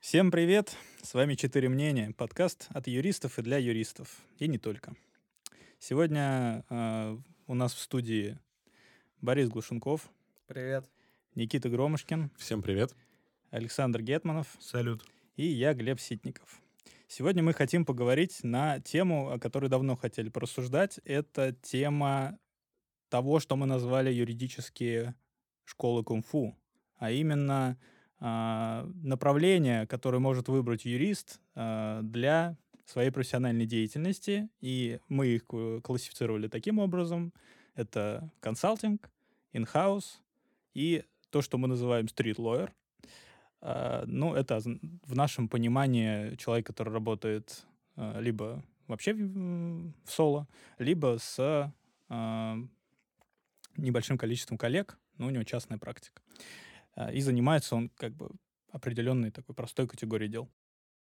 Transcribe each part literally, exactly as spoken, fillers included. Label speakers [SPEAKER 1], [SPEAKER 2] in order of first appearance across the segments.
[SPEAKER 1] Всем привет! С вами «Четыре мнения», подкаст от юристов и для юристов, и не только. Сегодня э, у нас в студии Борис Глушенков,
[SPEAKER 2] Привет.
[SPEAKER 1] Никита Громышкин,
[SPEAKER 3] Всем привет.
[SPEAKER 1] Александр Гетманов
[SPEAKER 4] Салют.
[SPEAKER 1] и я, Глеб Ситников. Сегодня мы хотим поговорить на тему, о которой давно хотели порассуждать. Это тема того, что мы назвали юридические школы кунг-фу, а именно а, направление, которое может выбрать юрист а, для своей профессиональной деятельности. И мы их ку- классифицировали таким образом. Это консалтинг, in-house и то, что мы называем street lawyer. А, ну, это озн- в нашем понимании человек, который работает а, либо вообще в, м, в соло, либо с а, небольшим количеством коллег, но у него частная практика. А, И занимается он как бы определенной такой простой категорией дел.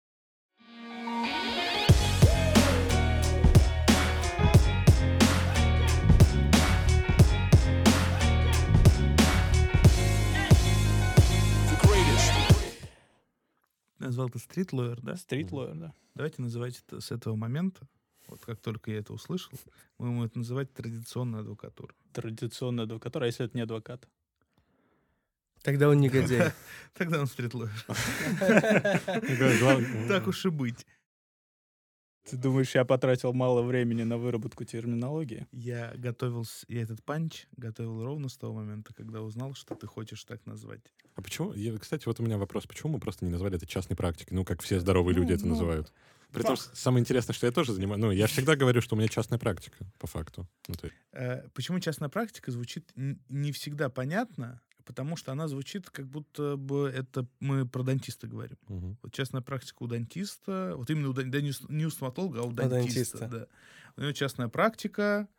[SPEAKER 4] Назвал ты стрит-лойер, да?
[SPEAKER 1] Street lawyer, да.
[SPEAKER 4] Давайте называть это с этого момента. Вот как только я это услышал, мы будем это называть традиционной адвокатурой.
[SPEAKER 1] Традиционная адвокатура, а если это не адвокат?
[SPEAKER 2] Тогда он негодяй.
[SPEAKER 4] Тогда он стрит-лойер. Так уж и быть.
[SPEAKER 1] Ты думаешь, я потратил мало времени на выработку терминологии?
[SPEAKER 4] Я готовился, я этот панч готовил ровно с того момента, когда узнал, что ты хочешь так назвать.
[SPEAKER 3] А почему, я, кстати, вот у меня вопрос, почему мы просто не назвали это частной практикой? Ну, как все здоровые люди
[SPEAKER 1] Ну,
[SPEAKER 3] это
[SPEAKER 1] ну,
[SPEAKER 3] называют. При том,
[SPEAKER 1] факт.
[SPEAKER 3] самое интересное, что я тоже занимаюсь, ну, я всегда говорю, что у меня частная практика, по факту. Ну, то есть,
[SPEAKER 4] Э, Почему частная практика звучит н- не всегда понятно, потому что она звучит, как будто бы это мы про дантиста говорим.
[SPEAKER 3] мгм.
[SPEAKER 4] Вот частная практика у дантиста, вот именно у, дан- да, не, у с- не у стоматолога, а у
[SPEAKER 2] дантиста.
[SPEAKER 4] дантиста. Да. У него частная практика.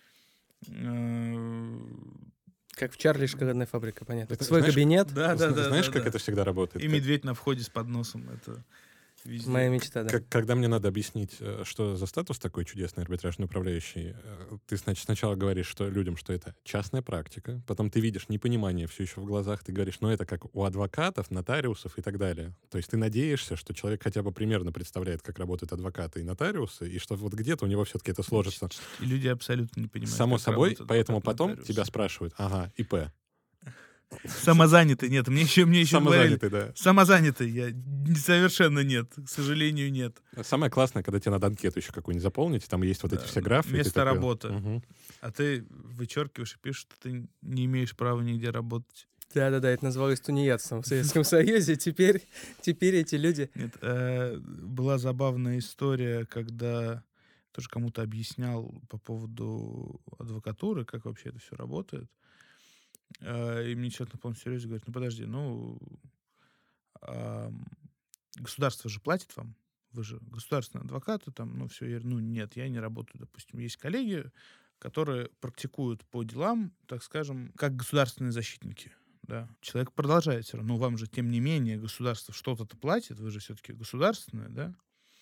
[SPEAKER 4] э,
[SPEAKER 2] Как в Чарли шоколадная фабрика, понятно.
[SPEAKER 3] Это,
[SPEAKER 2] Свой
[SPEAKER 3] знаешь,
[SPEAKER 2] кабинет,
[SPEAKER 4] Да, да,
[SPEAKER 3] Зна-
[SPEAKER 4] да.
[SPEAKER 3] Знаешь,
[SPEAKER 4] да,
[SPEAKER 3] как
[SPEAKER 4] да.
[SPEAKER 3] это всегда работает?
[SPEAKER 4] И
[SPEAKER 3] Как-
[SPEAKER 4] медведь на входе с подносом. Это везде.
[SPEAKER 2] моя мечта, да.
[SPEAKER 3] Как- когда мне надо объяснить, э, что за статус такой чудесный арбитражный управляющий, э, ты значит, сначала говоришь что людям, что это частная практика, потом ты видишь непонимание все еще в глазах, ты говоришь, ну это как у адвокатов, нотариусов и так далее. То есть ты надеешься, что человек хотя бы примерно представляет, как работают адвокаты и нотариусы, и что вот где-то у него все-таки это сложится.
[SPEAKER 4] И люди абсолютно не понимают.
[SPEAKER 3] Само
[SPEAKER 4] как
[SPEAKER 3] собой,
[SPEAKER 4] работает
[SPEAKER 3] поэтому
[SPEAKER 4] адвокат,
[SPEAKER 3] потом
[SPEAKER 4] нотариус.
[SPEAKER 3] тебя спрашивают, ага, ИП.
[SPEAKER 4] Самозанятый, нет. Мне еще, мне еще говорили.
[SPEAKER 3] Самозанятый, да.
[SPEAKER 4] Самозанятый я н- совершенно нет. К сожалению, нет.
[SPEAKER 3] Самое классное, когда тебе надо анкету еще какую-нибудь заполнить, там есть вот
[SPEAKER 4] Да,
[SPEAKER 3] эти все графы. и ты
[SPEAKER 4] место
[SPEAKER 3] такой,
[SPEAKER 4] работы.
[SPEAKER 3] мгм.
[SPEAKER 4] А ты вычеркиваешь и пишешь, что ты не имеешь права нигде работать.
[SPEAKER 2] Да-да-да, это называлось тунеядством в Советском Союзе. Теперь, теперь эти люди...
[SPEAKER 4] Нет, э, была забавная история, когда тоже кому-то объяснял по поводу адвокатуры, как вообще это все работает. Э, И мне человек на полном серьезе говорит, ну подожди, ну ам, государство же платит вам, вы же государственные адвокаты, там, ну все, я говорю, ну нет, я не работаю, допустим. Есть коллеги, которые практикуют по делам, так скажем, как государственные защитники. Да. Человек продолжает все равно, ну вам же, тем не менее, государство что-то-то платит, вы же все-таки государственные, да.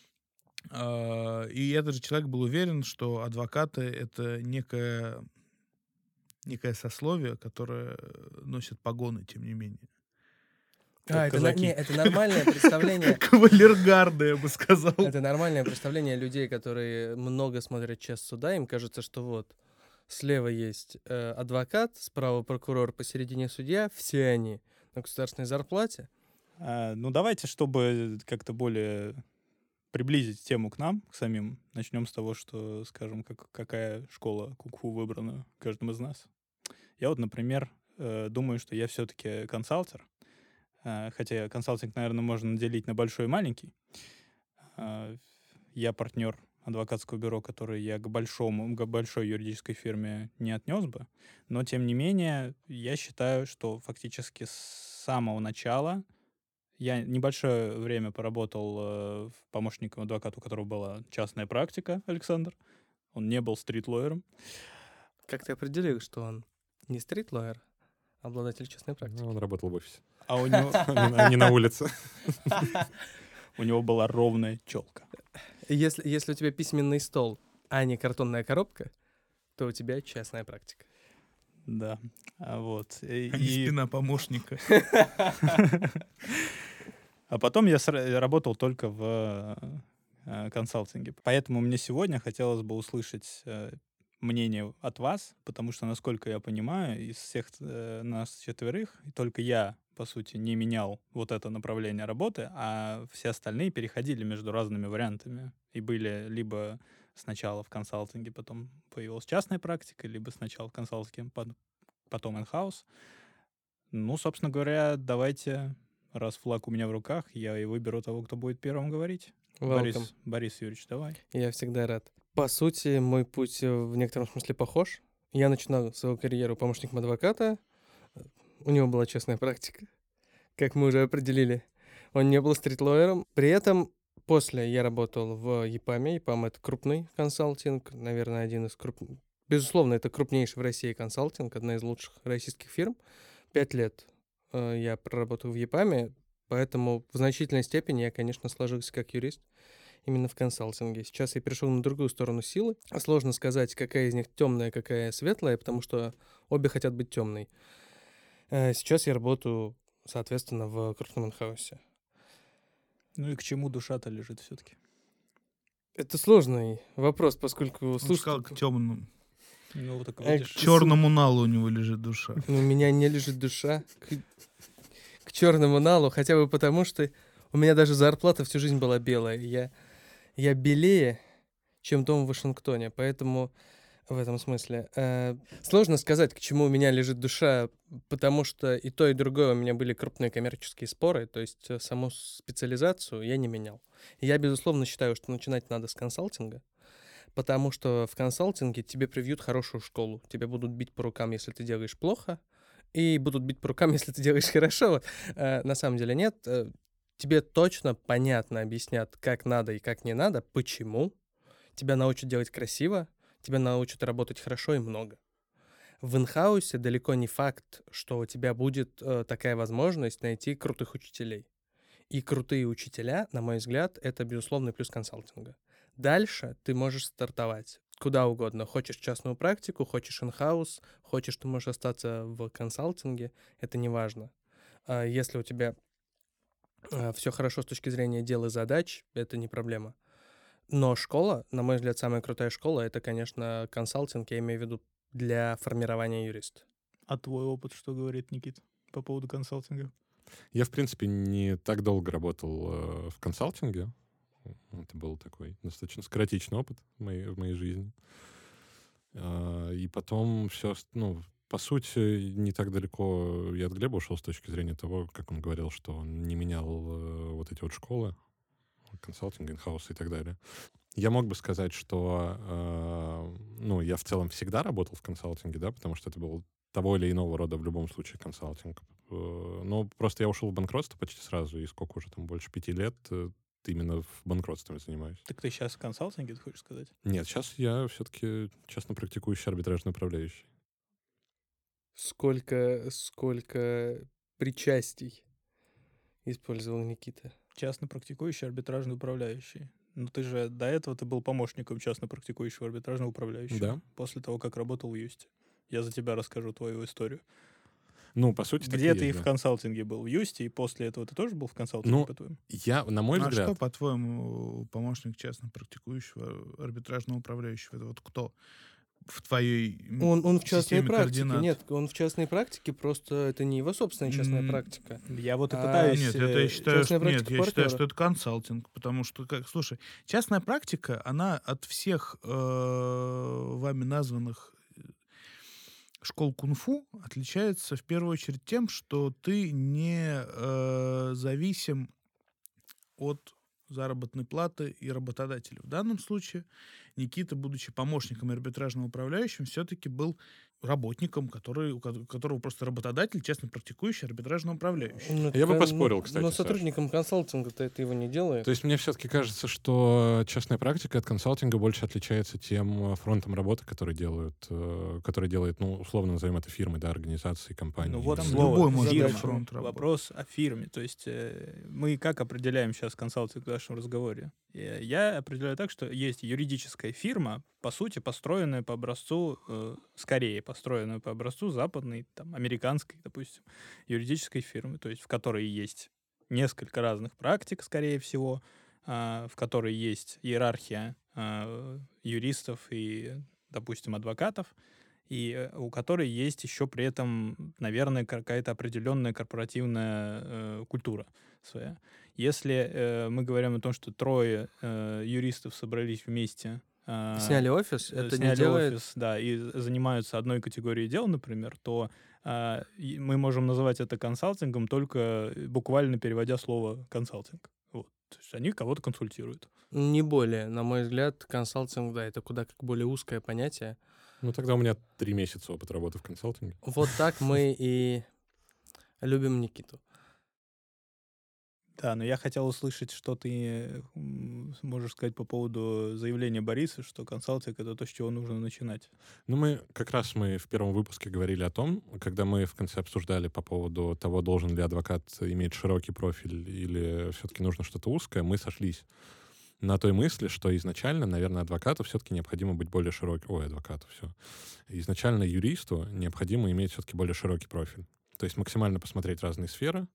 [SPEAKER 4] А, И этот же человек был уверен, что адвокаты — это некое, некое сословие, которое носит погоны, тем не менее. Как
[SPEAKER 2] А, это, на-
[SPEAKER 4] казаки.
[SPEAKER 2] не, это нормальное представление.
[SPEAKER 4] Кавалергарды, я бы сказал.
[SPEAKER 2] Это нормальное представление людей, которые много смотрят час суда. Им кажется, что вот слева есть э, адвокат, справа прокурор, посередине судья. Все они на государственной зарплате.
[SPEAKER 1] А, ну, давайте, чтобы как-то более приблизить тему к нам, к самим, начнем с того, что скажем, как, какая школа кунг-фу выбрана каждым из нас. Я вот, например, э, думаю, что я все-таки консалтер, э, хотя консалтинг, наверное, можно делить на большой и маленький. А, Я партнер адвокатского бюро, который я к большому, к большой юридической фирме не отнес бы, но, тем не менее, я считаю, что фактически с самого начала я небольшое время поработал э, помощником адвоката, у которого была частная практика, Александр. Он не был стрит-лоером.
[SPEAKER 2] Как ты определил, что он не стрит-лойер, а обладатель частной практики?
[SPEAKER 3] Ну, он работал в офисе,
[SPEAKER 1] А у него,
[SPEAKER 3] а не- а не на улице.
[SPEAKER 1] у него была ровная челка.
[SPEAKER 2] Если, если у тебя письменный стол, а не картонная коробка, то у тебя частная практика.
[SPEAKER 1] Да. А вот. И,
[SPEAKER 4] А не
[SPEAKER 1] и-
[SPEAKER 4] спина помощника.
[SPEAKER 1] А потом я сра- работал только в э, консалтинге. Поэтому мне сегодня хотелось бы услышать э, мнение от вас, потому что, насколько я понимаю, из всех э, нас четверых только я, по сути, не менял вот это направление работы, а все остальные переходили между разными вариантами и были либо сначала в консалтинге, потом появилась частная практика, либо сначала в консалтинге, пот- потом in-house. Ну, собственно говоря, давайте, раз флаг у меня в руках, я и выберу того, кто будет первым говорить.
[SPEAKER 2] Welcome.
[SPEAKER 1] Борис, Борис Юрьевич, давай.
[SPEAKER 2] Я всегда рад. По сути, мой путь э, в некотором смысле похож. Я начинал свою карьеру помощником адвоката. У него была частная практика, как мы уже определили. Он не был стритлоером. При этом после я работал в ЕПАМе. ЕПАМ — это крупный консалтинг, наверное, один из крупных. Безусловно, это крупнейший в России консалтинг, одна из лучших российских фирм. Пять лет э, я проработал в ЕПАМе, поэтому в значительной степени я, конечно, сложился как юрист именно в консалтинге. Сейчас я перешел на другую сторону силы. Сложно сказать, какая из них темная, какая светлая, потому что обе хотят быть темной. Э, Сейчас я работаю, соответственно, в крупном инхаусе.
[SPEAKER 1] Ну и к чему душа-то лежит все-таки?
[SPEAKER 2] Это сложный вопрос, поскольку...
[SPEAKER 4] Он
[SPEAKER 2] слушай,
[SPEAKER 4] сказал, к темному.
[SPEAKER 1] Ну, так
[SPEAKER 2] А,
[SPEAKER 1] видишь.
[SPEAKER 4] К черному налу у него лежит душа.
[SPEAKER 2] у меня не лежит душа к, к черному налу, хотя бы потому, что у меня даже зарплата всю жизнь была белая. Я, я белее, чем дом в Вашингтоне, поэтому в этом смысле. Э, сложно сказать, к чему у меня лежит душа, потому что и то, и другое у меня были крупные коммерческие споры, то есть э, саму специализацию я не менял. И я, безусловно, считаю, что начинать надо с консалтинга, потому что в консалтинге тебе привьют хорошую школу. Тебя будут бить по рукам, если ты делаешь плохо, и будут бить по рукам, если ты делаешь хорошо. Вот, э, на самом деле нет. Э, тебе точно понятно объяснят, как надо и как не надо, почему. Тебя научат делать красиво, тебя научат работать хорошо и много. В инхаусе далеко не факт, что у тебя будет э, такая возможность найти крутых учителей. И крутые учителя, на мой взгляд, это безусловный плюс консалтинга. Дальше ты можешь стартовать куда угодно. Хочешь частную практику, хочешь инхаус, хочешь, ты можешь остаться в консалтинге, это не важно. А если у тебя все хорошо с точки зрения дел и задач, это не проблема. Но школа, на мой взгляд, самая крутая школа — это, конечно, консалтинг, я имею в виду для формирования юриста.
[SPEAKER 1] А твой опыт что говорит, Никит, по поводу консалтинга?
[SPEAKER 3] Я, в принципе, не так долго работал э, в консалтинге. Это был такой достаточно скоротечный опыт в моей, в моей жизни. А, и потом все, ну, по сути, не так далеко я от Глеба ушел с точки зрения того, как он говорил, что он не менял э, вот эти вот школы, консалтинг, инхаус и так далее. Я мог бы сказать, что э, ну, я в целом всегда работал в консалтинге, да, потому что это был того или иного рода в любом случае консалтинг. Э, но просто я ушел в банкротство почти сразу, и сколько уже там, больше пяти лет э, именно в банкротстве занимаюсь.
[SPEAKER 1] Так ты сейчас в консалтинге, ты хочешь сказать?
[SPEAKER 3] Нет, сейчас я все-таки частно практикующий арбитражный управляющий.
[SPEAKER 2] Сколько, сколько причастий использовал Никита?
[SPEAKER 1] Частно практикующий арбитражный управляющий. Ну ты же до этого ты был помощником частно практикующего арбитражного управляющего.
[SPEAKER 3] Да.
[SPEAKER 1] После того, как работал в Юсте. Я за тебя расскажу твою историю.
[SPEAKER 3] Ну, по сути,
[SPEAKER 1] Где
[SPEAKER 3] так и
[SPEAKER 1] ты
[SPEAKER 3] есть,
[SPEAKER 1] в
[SPEAKER 3] да.
[SPEAKER 1] консалтинге был? В Юсте, и после этого ты тоже был в консалтинге,
[SPEAKER 3] Ну,
[SPEAKER 1] по-твоему?
[SPEAKER 3] Я, на мой
[SPEAKER 4] А
[SPEAKER 3] взгляд...
[SPEAKER 4] что, по-твоему, помощник частно практикующего арбитражного управляющего? Это вот кто в твоей м,
[SPEAKER 2] Он, он в частной
[SPEAKER 4] системе
[SPEAKER 2] практике.
[SPEAKER 4] координат?
[SPEAKER 2] Нет, он в частной практике, просто это не его собственная частная
[SPEAKER 4] М,
[SPEAKER 2] практика.
[SPEAKER 1] Я вот и
[SPEAKER 2] А,
[SPEAKER 1] пытаюсь...
[SPEAKER 4] Нет, это я
[SPEAKER 1] э,
[SPEAKER 4] считаю,
[SPEAKER 2] частная
[SPEAKER 4] что, нет,
[SPEAKER 2] практика
[SPEAKER 4] я считаю,
[SPEAKER 2] партнера.
[SPEAKER 4] что это консалтинг, потому что, как, слушай, частная практика, она от всех э, вами названных э, школ кунг-фу отличается в первую очередь тем, что ты не э, зависим от заработной платы и работодателя. В данном случае Никита, будучи помощником и арбитражным управляющим, все-таки был работником, который, у ко- у которого просто работодатель, честно практикующий арбитражный управляющий.
[SPEAKER 2] Ну,
[SPEAKER 3] Я бы
[SPEAKER 2] кон-
[SPEAKER 3] поспорил,
[SPEAKER 2] ну,
[SPEAKER 3] кстати,
[SPEAKER 2] Но
[SPEAKER 3] Саш.
[SPEAKER 2] сотрудником консалтинга-то это его не делает.
[SPEAKER 3] То есть мне все-таки кажется, что частная практика от консалтинга больше отличается тем э, фронтом работы, который делают, э, который делает, ну, условно назовем это фирмой, да, организацией, компанией.
[SPEAKER 1] Ну вот
[SPEAKER 4] Там
[SPEAKER 1] слово
[SPEAKER 4] любой может
[SPEAKER 1] фирма.
[SPEAKER 4] быть фронт работы.
[SPEAKER 1] Вопрос о фирме. То есть э, мы как определяем сейчас консалтинг в нашем разговоре? Э, Я определяю так, что есть юридическая фирма, по сути, построенная по образцу, э, скорее построенная по образцу западной, там, американской, допустим, юридической фирмы, то есть в которой есть несколько разных практик, скорее всего, а, в которой есть иерархия а, юристов и, допустим, адвокатов, и э, у которой есть еще при этом, наверное, какая-то определенная корпоративная э, культура своя. Если э, мы говорим о том, что трое э, юристов собрались вместе, а,
[SPEAKER 2] Сняли офис,
[SPEAKER 1] э,
[SPEAKER 2] это не
[SPEAKER 1] сняли
[SPEAKER 2] делает...
[SPEAKER 1] офис, да, и занимаются одной категорией дел, например, то а, и мы можем называть это консалтингом, только буквально переводя слово консалтинг. Вот. То есть они кого-то консультируют.
[SPEAKER 2] Не более, на мой взгляд, консалтинг, да, это куда как более узкое понятие.
[SPEAKER 3] Ну, тогда у меня три месяца опыт работы в консалтинге.
[SPEAKER 2] Вот так мы и любим Никиту.
[SPEAKER 1] Да, но я хотел услышать, что ты м, можешь сказать по поводу заявления Бориса, что консалтинг — это то, с чего нужно начинать.
[SPEAKER 3] Ну, мы как раз мы в первом выпуске говорили о том, когда мы в конце обсуждали по поводу того, должен ли адвокат иметь широкий профиль или все-таки нужно что-то узкое, мы сошлись на той мысли, что изначально, наверное, адвокату все-таки необходимо быть более широким. Ой, адвокату, все. Изначально юристу необходимо иметь все-таки более широкий профиль. То есть максимально посмотреть разные сферы,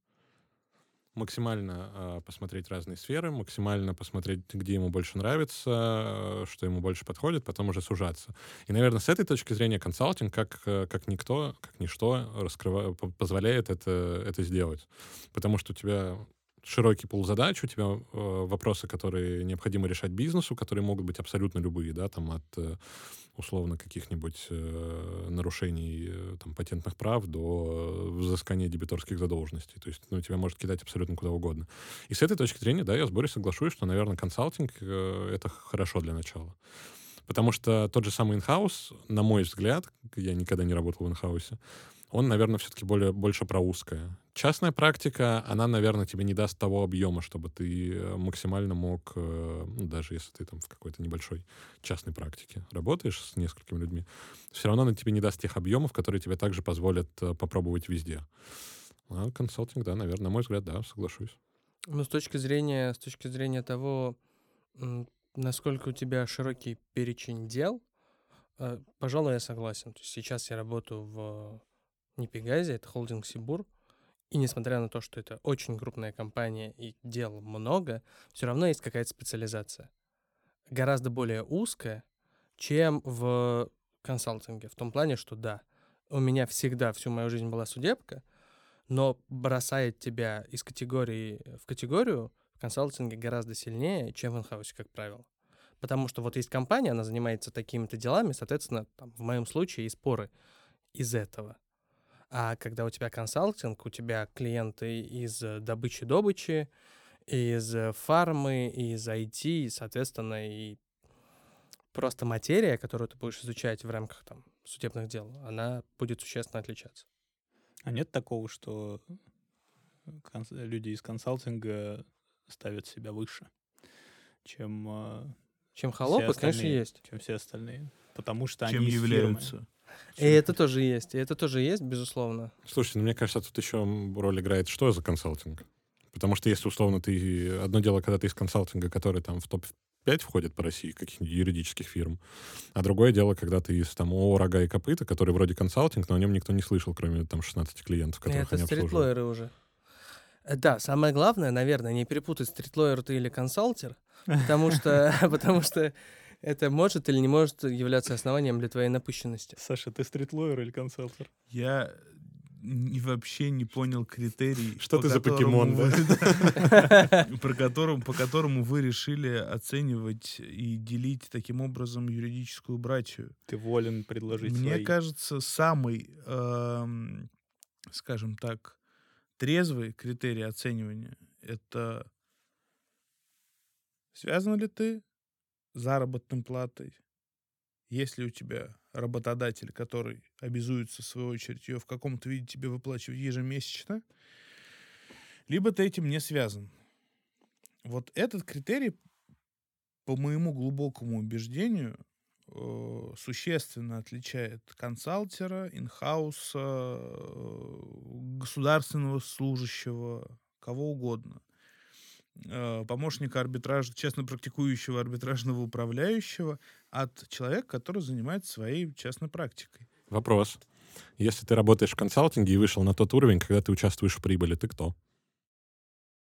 [SPEAKER 3] максимально э, посмотреть разные сферы, максимально посмотреть, где ему больше нравится, э, что ему больше подходит, потом уже сужаться. И, наверное, с этой точки зрения консалтинг, как, э, как никто, как ничто, раскрыва... по- позволяет это, это сделать. Потому что у тебя широкий пул задач, у тебя э, вопросы, которые необходимо решать бизнесу, которые могут быть абсолютно любые, да, там от э, условно каких-нибудь э, нарушений э, там, патентных прав до э, взыскания дебиторских задолженностей. То есть, ну, тебя может кидать абсолютно куда угодно. И с этой точки зрения, да, я с Борей соглашусь, что, наверное, консалтинг э, — это хорошо для начала. Потому что тот же самый инхаус, на мой взгляд, я никогда не работал в инхаусе, он, наверное, все-таки более, больше про узкое. Частная практика, она, наверное, тебе не даст того объема, чтобы ты э, максимально мог, э, ну, даже если ты там в какой-то небольшой частной практике работаешь с несколькими людьми, все равно она тебе не даст тех объемов, которые тебе также позволят э, попробовать везде. А консалтинг, да, наверное, на мой взгляд, да, соглашусь.
[SPEAKER 2] Ну, с точки зрения, с точки зрения того, м, насколько у тебя широкий перечень дел, э, пожалуй, я согласен. То есть сейчас я работаю в Непегазе, это холдинг Сибур, и несмотря на то, что это очень крупная компания и дел много, все равно есть какая-то специализация. Гораздо более узкая, чем в консалтинге. В том плане, что да, у меня всегда всю мою жизнь была судебка, но бросает тебя из категории в категорию в консалтинге гораздо сильнее, чем в инхаусе, как правило. Потому что вот есть компания, она занимается такими-то делами, соответственно, там, в моем случае и споры из этого. А когда у тебя консалтинг, у тебя клиенты из э, добычи-добычи, из э, фармы, из ай ти, соответственно, и просто материя, которую ты будешь изучать в рамках там, судебных дел, она будет существенно отличаться.
[SPEAKER 1] А нет такого, что конс- люди из консалтинга ставят себя выше, чем э,
[SPEAKER 2] Чем
[SPEAKER 1] все
[SPEAKER 2] холопы, конечно,
[SPEAKER 1] остальные,
[SPEAKER 2] есть.
[SPEAKER 1] чем все остальные. Потому что
[SPEAKER 4] Чем
[SPEAKER 1] они из фирмы.
[SPEAKER 4] являются.
[SPEAKER 2] И это тоже есть, и это тоже есть, безусловно.
[SPEAKER 3] Слушайте, ну, мне кажется, тут еще роль играет, что за консалтинг. Потому что если, условно, ты... Одно дело, когда ты из консалтинга, который там в топ пять входит по России, каких-нибудь юридических фирм, а другое дело, когда ты из там ООО «Рога и копыта», который вроде консалтинг, но о нем никто не слышал, кроме там шестнадцати клиентов, которых
[SPEAKER 2] Это
[SPEAKER 3] они обслуживают.
[SPEAKER 2] стритлойеры уже. Э, Да, самое главное, наверное, не перепутать стритлойер ты или консалтер, потому что, потому что это может или не может являться основанием для твоей напыщенности.
[SPEAKER 1] Саша, ты стритлойер или консалтер?
[SPEAKER 4] Я не- вообще не понял критерий.
[SPEAKER 3] Что
[SPEAKER 4] по
[SPEAKER 3] ты за
[SPEAKER 4] которому
[SPEAKER 3] покемон,
[SPEAKER 4] вы-
[SPEAKER 3] да?
[SPEAKER 4] про которым, по которому вы решили оценивать и делить таким образом юридическую братью.
[SPEAKER 1] Ты волен предложить
[SPEAKER 4] Мне
[SPEAKER 1] свои.
[SPEAKER 4] кажется, самый, эм, скажем так, трезвый критерий оценивания — это связан ли ты с заработной платой, есть ли у тебя работодатель, который обязуется, в свою очередь, ее в каком-то виде тебе выплачивать ежемесячно, либо ты этим не связан. Вот этот критерий, по моему глубокому убеждению, э, существенно отличает консалтера, инхауса, э, государственного служащего, кого угодно. Э, помощника арбитража, честно практикующего арбитражного управляющего от человека, который занимается своей частной практикой.
[SPEAKER 3] Вопрос. Если ты работаешь в консалтинге и вышел на тот уровень, когда ты участвуешь в прибыли, ты кто?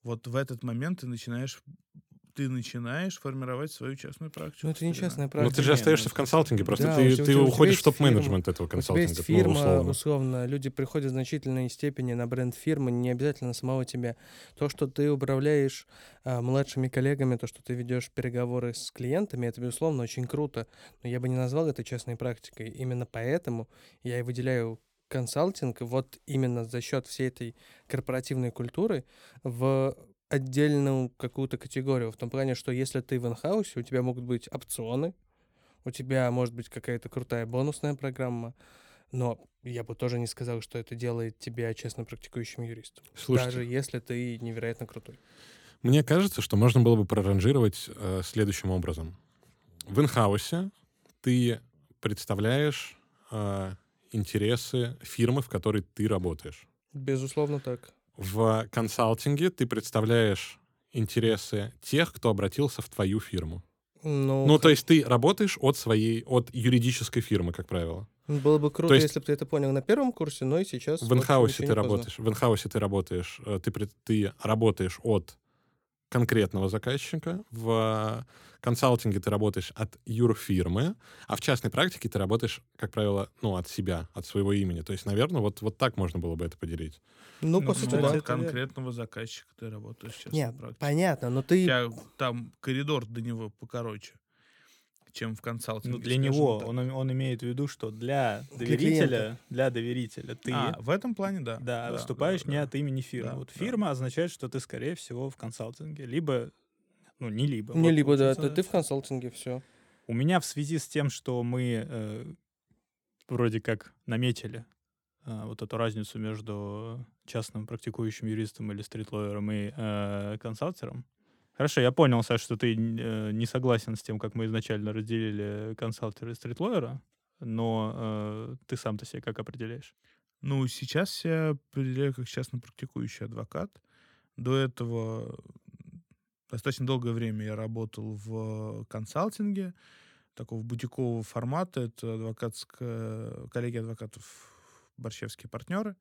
[SPEAKER 4] вот в этот момент ты начинаешь ты начинаешь формировать свою частную практику.
[SPEAKER 2] Ну, это не
[SPEAKER 4] старина.
[SPEAKER 2] частная
[SPEAKER 3] Но
[SPEAKER 2] практика.
[SPEAKER 3] ты же
[SPEAKER 1] Не,
[SPEAKER 3] остаешься
[SPEAKER 1] ну,
[SPEAKER 3] в консалтинге, просто
[SPEAKER 2] Да,
[SPEAKER 3] ты,
[SPEAKER 2] у тебя-
[SPEAKER 3] ты
[SPEAKER 2] у тебя- у тебя
[SPEAKER 3] уходишь в
[SPEAKER 2] есть фирма,
[SPEAKER 3] топ-менеджмент этого
[SPEAKER 2] У тебя есть
[SPEAKER 3] консалтинга, ну,
[SPEAKER 2] фирма,
[SPEAKER 3] условно.
[SPEAKER 2] условно, люди приходят в значительной степени на бренд фирмы, не обязательно самого тебя. То, что ты управляешь а, младшими коллегами, то, что ты ведешь переговоры с клиентами, это, безусловно, очень круто. Но я бы не назвал это частной практикой. Именно поэтому я и выделяю консалтинг вот именно за счет всей этой корпоративной культуры в отдельную какую-то категорию. В том плане, что если ты в инхаусе, у тебя могут быть опционы, у тебя может быть какая-то крутая бонусная программа, но я бы тоже не сказал, что это делает тебя честно практикующим юристом.
[SPEAKER 3] Слушайте,
[SPEAKER 2] Даже если ты невероятно крутой.
[SPEAKER 3] мне кажется, что можно было бы проранжировать э, следующим образом. В инхаусе ты представляешь э, интересы фирмы, в которой ты работаешь.
[SPEAKER 2] Безусловно, так.
[SPEAKER 3] В консалтинге ты представляешь интересы тех, кто обратился в твою фирму.
[SPEAKER 2] Ну,
[SPEAKER 3] Ну, то есть ты работаешь от своей, от юридической фирмы, как правило.
[SPEAKER 2] было бы круто,
[SPEAKER 3] то есть-
[SPEAKER 2] если бы ты это понял на первом курсе, но и сейчас.
[SPEAKER 3] В
[SPEAKER 2] общем,
[SPEAKER 3] инхаусе
[SPEAKER 2] еще
[SPEAKER 3] ты
[SPEAKER 2] не поздно.
[SPEAKER 3] работаешь. В инхаусе ты работаешь, э, ты, пред- ты работаешь от конкретного заказчика, в консалтинге ты работаешь от юрфирмы, а в частной практике ты работаешь, как правило, ну, от себя, от своего имени. То есть, наверное, вот, вот так можно было бы это поделить.
[SPEAKER 2] Ну,
[SPEAKER 4] Ну,
[SPEAKER 2] по сути,
[SPEAKER 1] кстати,
[SPEAKER 2] да.
[SPEAKER 4] от
[SPEAKER 1] это верно.
[SPEAKER 4] конкретного заказчика ты работаешь сейчас.
[SPEAKER 2] Нет, понятно, но
[SPEAKER 4] У
[SPEAKER 2] ты...
[SPEAKER 4] тебя там коридор до него покороче, чем в консалтинге.
[SPEAKER 1] Ну, для
[SPEAKER 4] скажем
[SPEAKER 1] него
[SPEAKER 4] так.
[SPEAKER 1] он, им- он имеет в виду, что для
[SPEAKER 2] Для
[SPEAKER 1] доверителя,
[SPEAKER 2] клиента.
[SPEAKER 1] для доверителя ты
[SPEAKER 4] А, в этом плане, да.
[SPEAKER 1] да,
[SPEAKER 4] да,
[SPEAKER 1] выступаешь
[SPEAKER 4] да,
[SPEAKER 1] не
[SPEAKER 4] да.
[SPEAKER 1] от имени фирмы.
[SPEAKER 4] Да,
[SPEAKER 1] Вот
[SPEAKER 4] да.
[SPEAKER 1] фирма означает, что ты, скорее всего, в консалтинге. Либо, ну, не либо.
[SPEAKER 2] Не
[SPEAKER 1] Вот
[SPEAKER 2] либо, да,
[SPEAKER 1] получается,
[SPEAKER 2] ты, ты в консалтинге, все.
[SPEAKER 1] У меня в связи с тем, что мы э, вроде как наметили э, вот эту разницу между частным практикующим юристом или стритлоером и э, консалтером. Хорошо, я понял, Саш, что ты э, не согласен с тем, как мы изначально разделили консалтера и стритлоера, но э, ты сам-то себе как определяешь?
[SPEAKER 4] Ну, сейчас я определяю как частно практикующий адвокат. До этого достаточно долгое время я работал в консалтинге, такого бутикового формата. Это адвокатская, коллеги адвокатов, борщевские партнеры.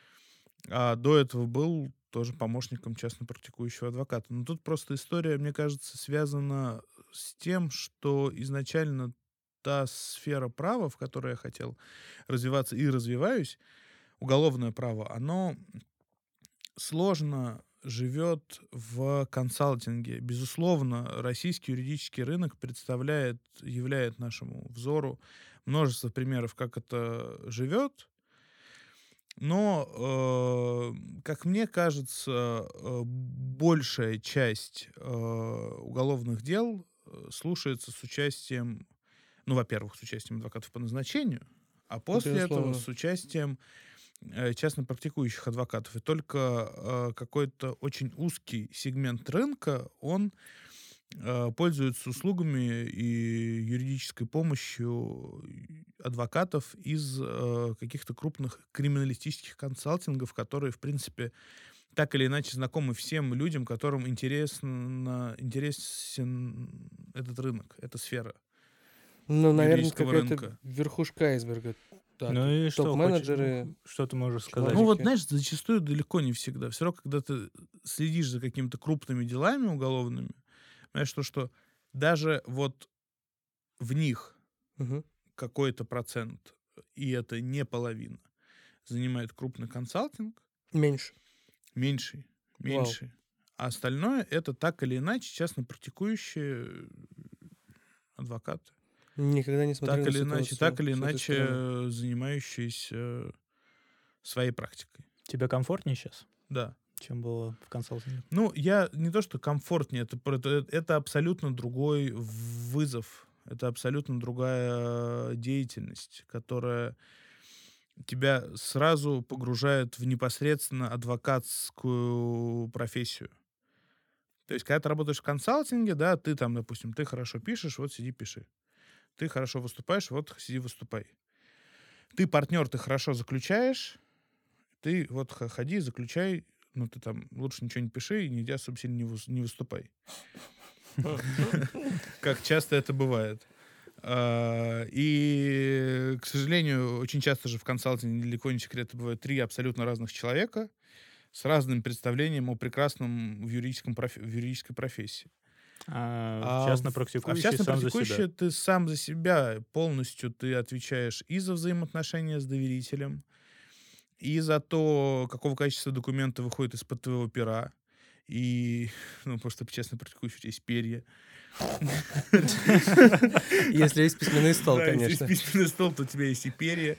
[SPEAKER 4] А до этого был тоже помощником частно практикующего адвоката. Но тут просто история, мне кажется, связана с тем, что изначально та сфера права, в которой я хотел развиваться и развиваюсь, уголовное право, оно сложно живет в консалтинге. Безусловно, российский юридический рынок представляет, являет нашему взору множество примеров, как это живет. Но, э, как мне кажется, э, большая часть э, уголовных дел э, слушается с участием, ну, во-первых, с участием адвокатов по назначению, а после этого
[SPEAKER 2] Безусловно.
[SPEAKER 4] с участием э, частно практикующих адвокатов. И только э, какой-то очень узкий сегмент рынка, он э, пользуется услугами и юридической помощью адвокатов из э, каких-то крупных криминалистических консалтингов, которые, в принципе, так или иначе знакомы всем людям, которым интересно, интересен этот рынок, эта сфера.
[SPEAKER 2] Ну, наверное,
[SPEAKER 4] юридического
[SPEAKER 2] какая-то
[SPEAKER 4] рынка.
[SPEAKER 2] верхушка айсберга. Да,
[SPEAKER 1] ну
[SPEAKER 2] тут
[SPEAKER 1] и что,
[SPEAKER 2] топ-менеджеры.
[SPEAKER 1] хочешь- ну, что ты можешь сказать?
[SPEAKER 4] Ну вот,
[SPEAKER 2] Логики.
[SPEAKER 4] знаешь, зачастую далеко не всегда. Все равно, когда ты следишь за какими-то крупными делами уголовными, знаешь, то, что даже вот в них
[SPEAKER 2] Мгм.
[SPEAKER 4] какой-то процент, и это не половина, занимает крупный консалтинг,
[SPEAKER 2] Меньше.
[SPEAKER 4] меньший, меньший. А остальное это так или иначе частно практикующие адвокаты.
[SPEAKER 2] Никогда не смотрел
[SPEAKER 4] Так
[SPEAKER 2] на
[SPEAKER 4] или иначе,
[SPEAKER 2] ситуацию
[SPEAKER 4] так или
[SPEAKER 2] с этой
[SPEAKER 4] иначе
[SPEAKER 2] стороны.
[SPEAKER 4] э, занимающиеся своей практикой.
[SPEAKER 1] Тебе комфортнее сейчас,
[SPEAKER 4] Да.
[SPEAKER 1] чем было в консалтинге?
[SPEAKER 4] Ну, я не то, что комфортнее, это, про- это, это абсолютно другой вызов, это абсолютно другая деятельность, которая тебя сразу погружает в непосредственно адвокатскую профессию. То есть, когда ты работаешь в консалтинге, да, ты там, допустим, ты хорошо пишешь, вот сиди, пиши. Ты хорошо выступаешь, вот сиди, выступай. Ты партнер, ты хорошо заключаешь, ты вот х- ходи, заключай, ну, ты там лучше ничего не пиши и нигде особо сильно не, выс- не выступай. Как часто это бывает. А, И, к сожалению, очень часто же в консалтинге, далеко не секрет, бывают три абсолютно разных человека. с разным представлением о прекрасном в, юридическом профи- в юридической профессии.
[SPEAKER 1] А
[SPEAKER 4] А
[SPEAKER 1] частно
[SPEAKER 4] в, а в
[SPEAKER 1] практикующий
[SPEAKER 4] частно
[SPEAKER 1] сам за себя.
[SPEAKER 4] практикующей ты сам за себя полностью ты отвечаешь и за взаимоотношения с доверителем, и за то, какого качества документы выходят из-под твоего пера. И, ну, потому что честно практикующий, у тебя есть перья.
[SPEAKER 2] Если есть письменный стол,
[SPEAKER 4] Да, если
[SPEAKER 2] конечно.
[SPEAKER 4] есть письменный стол, то у тебя есть и перья.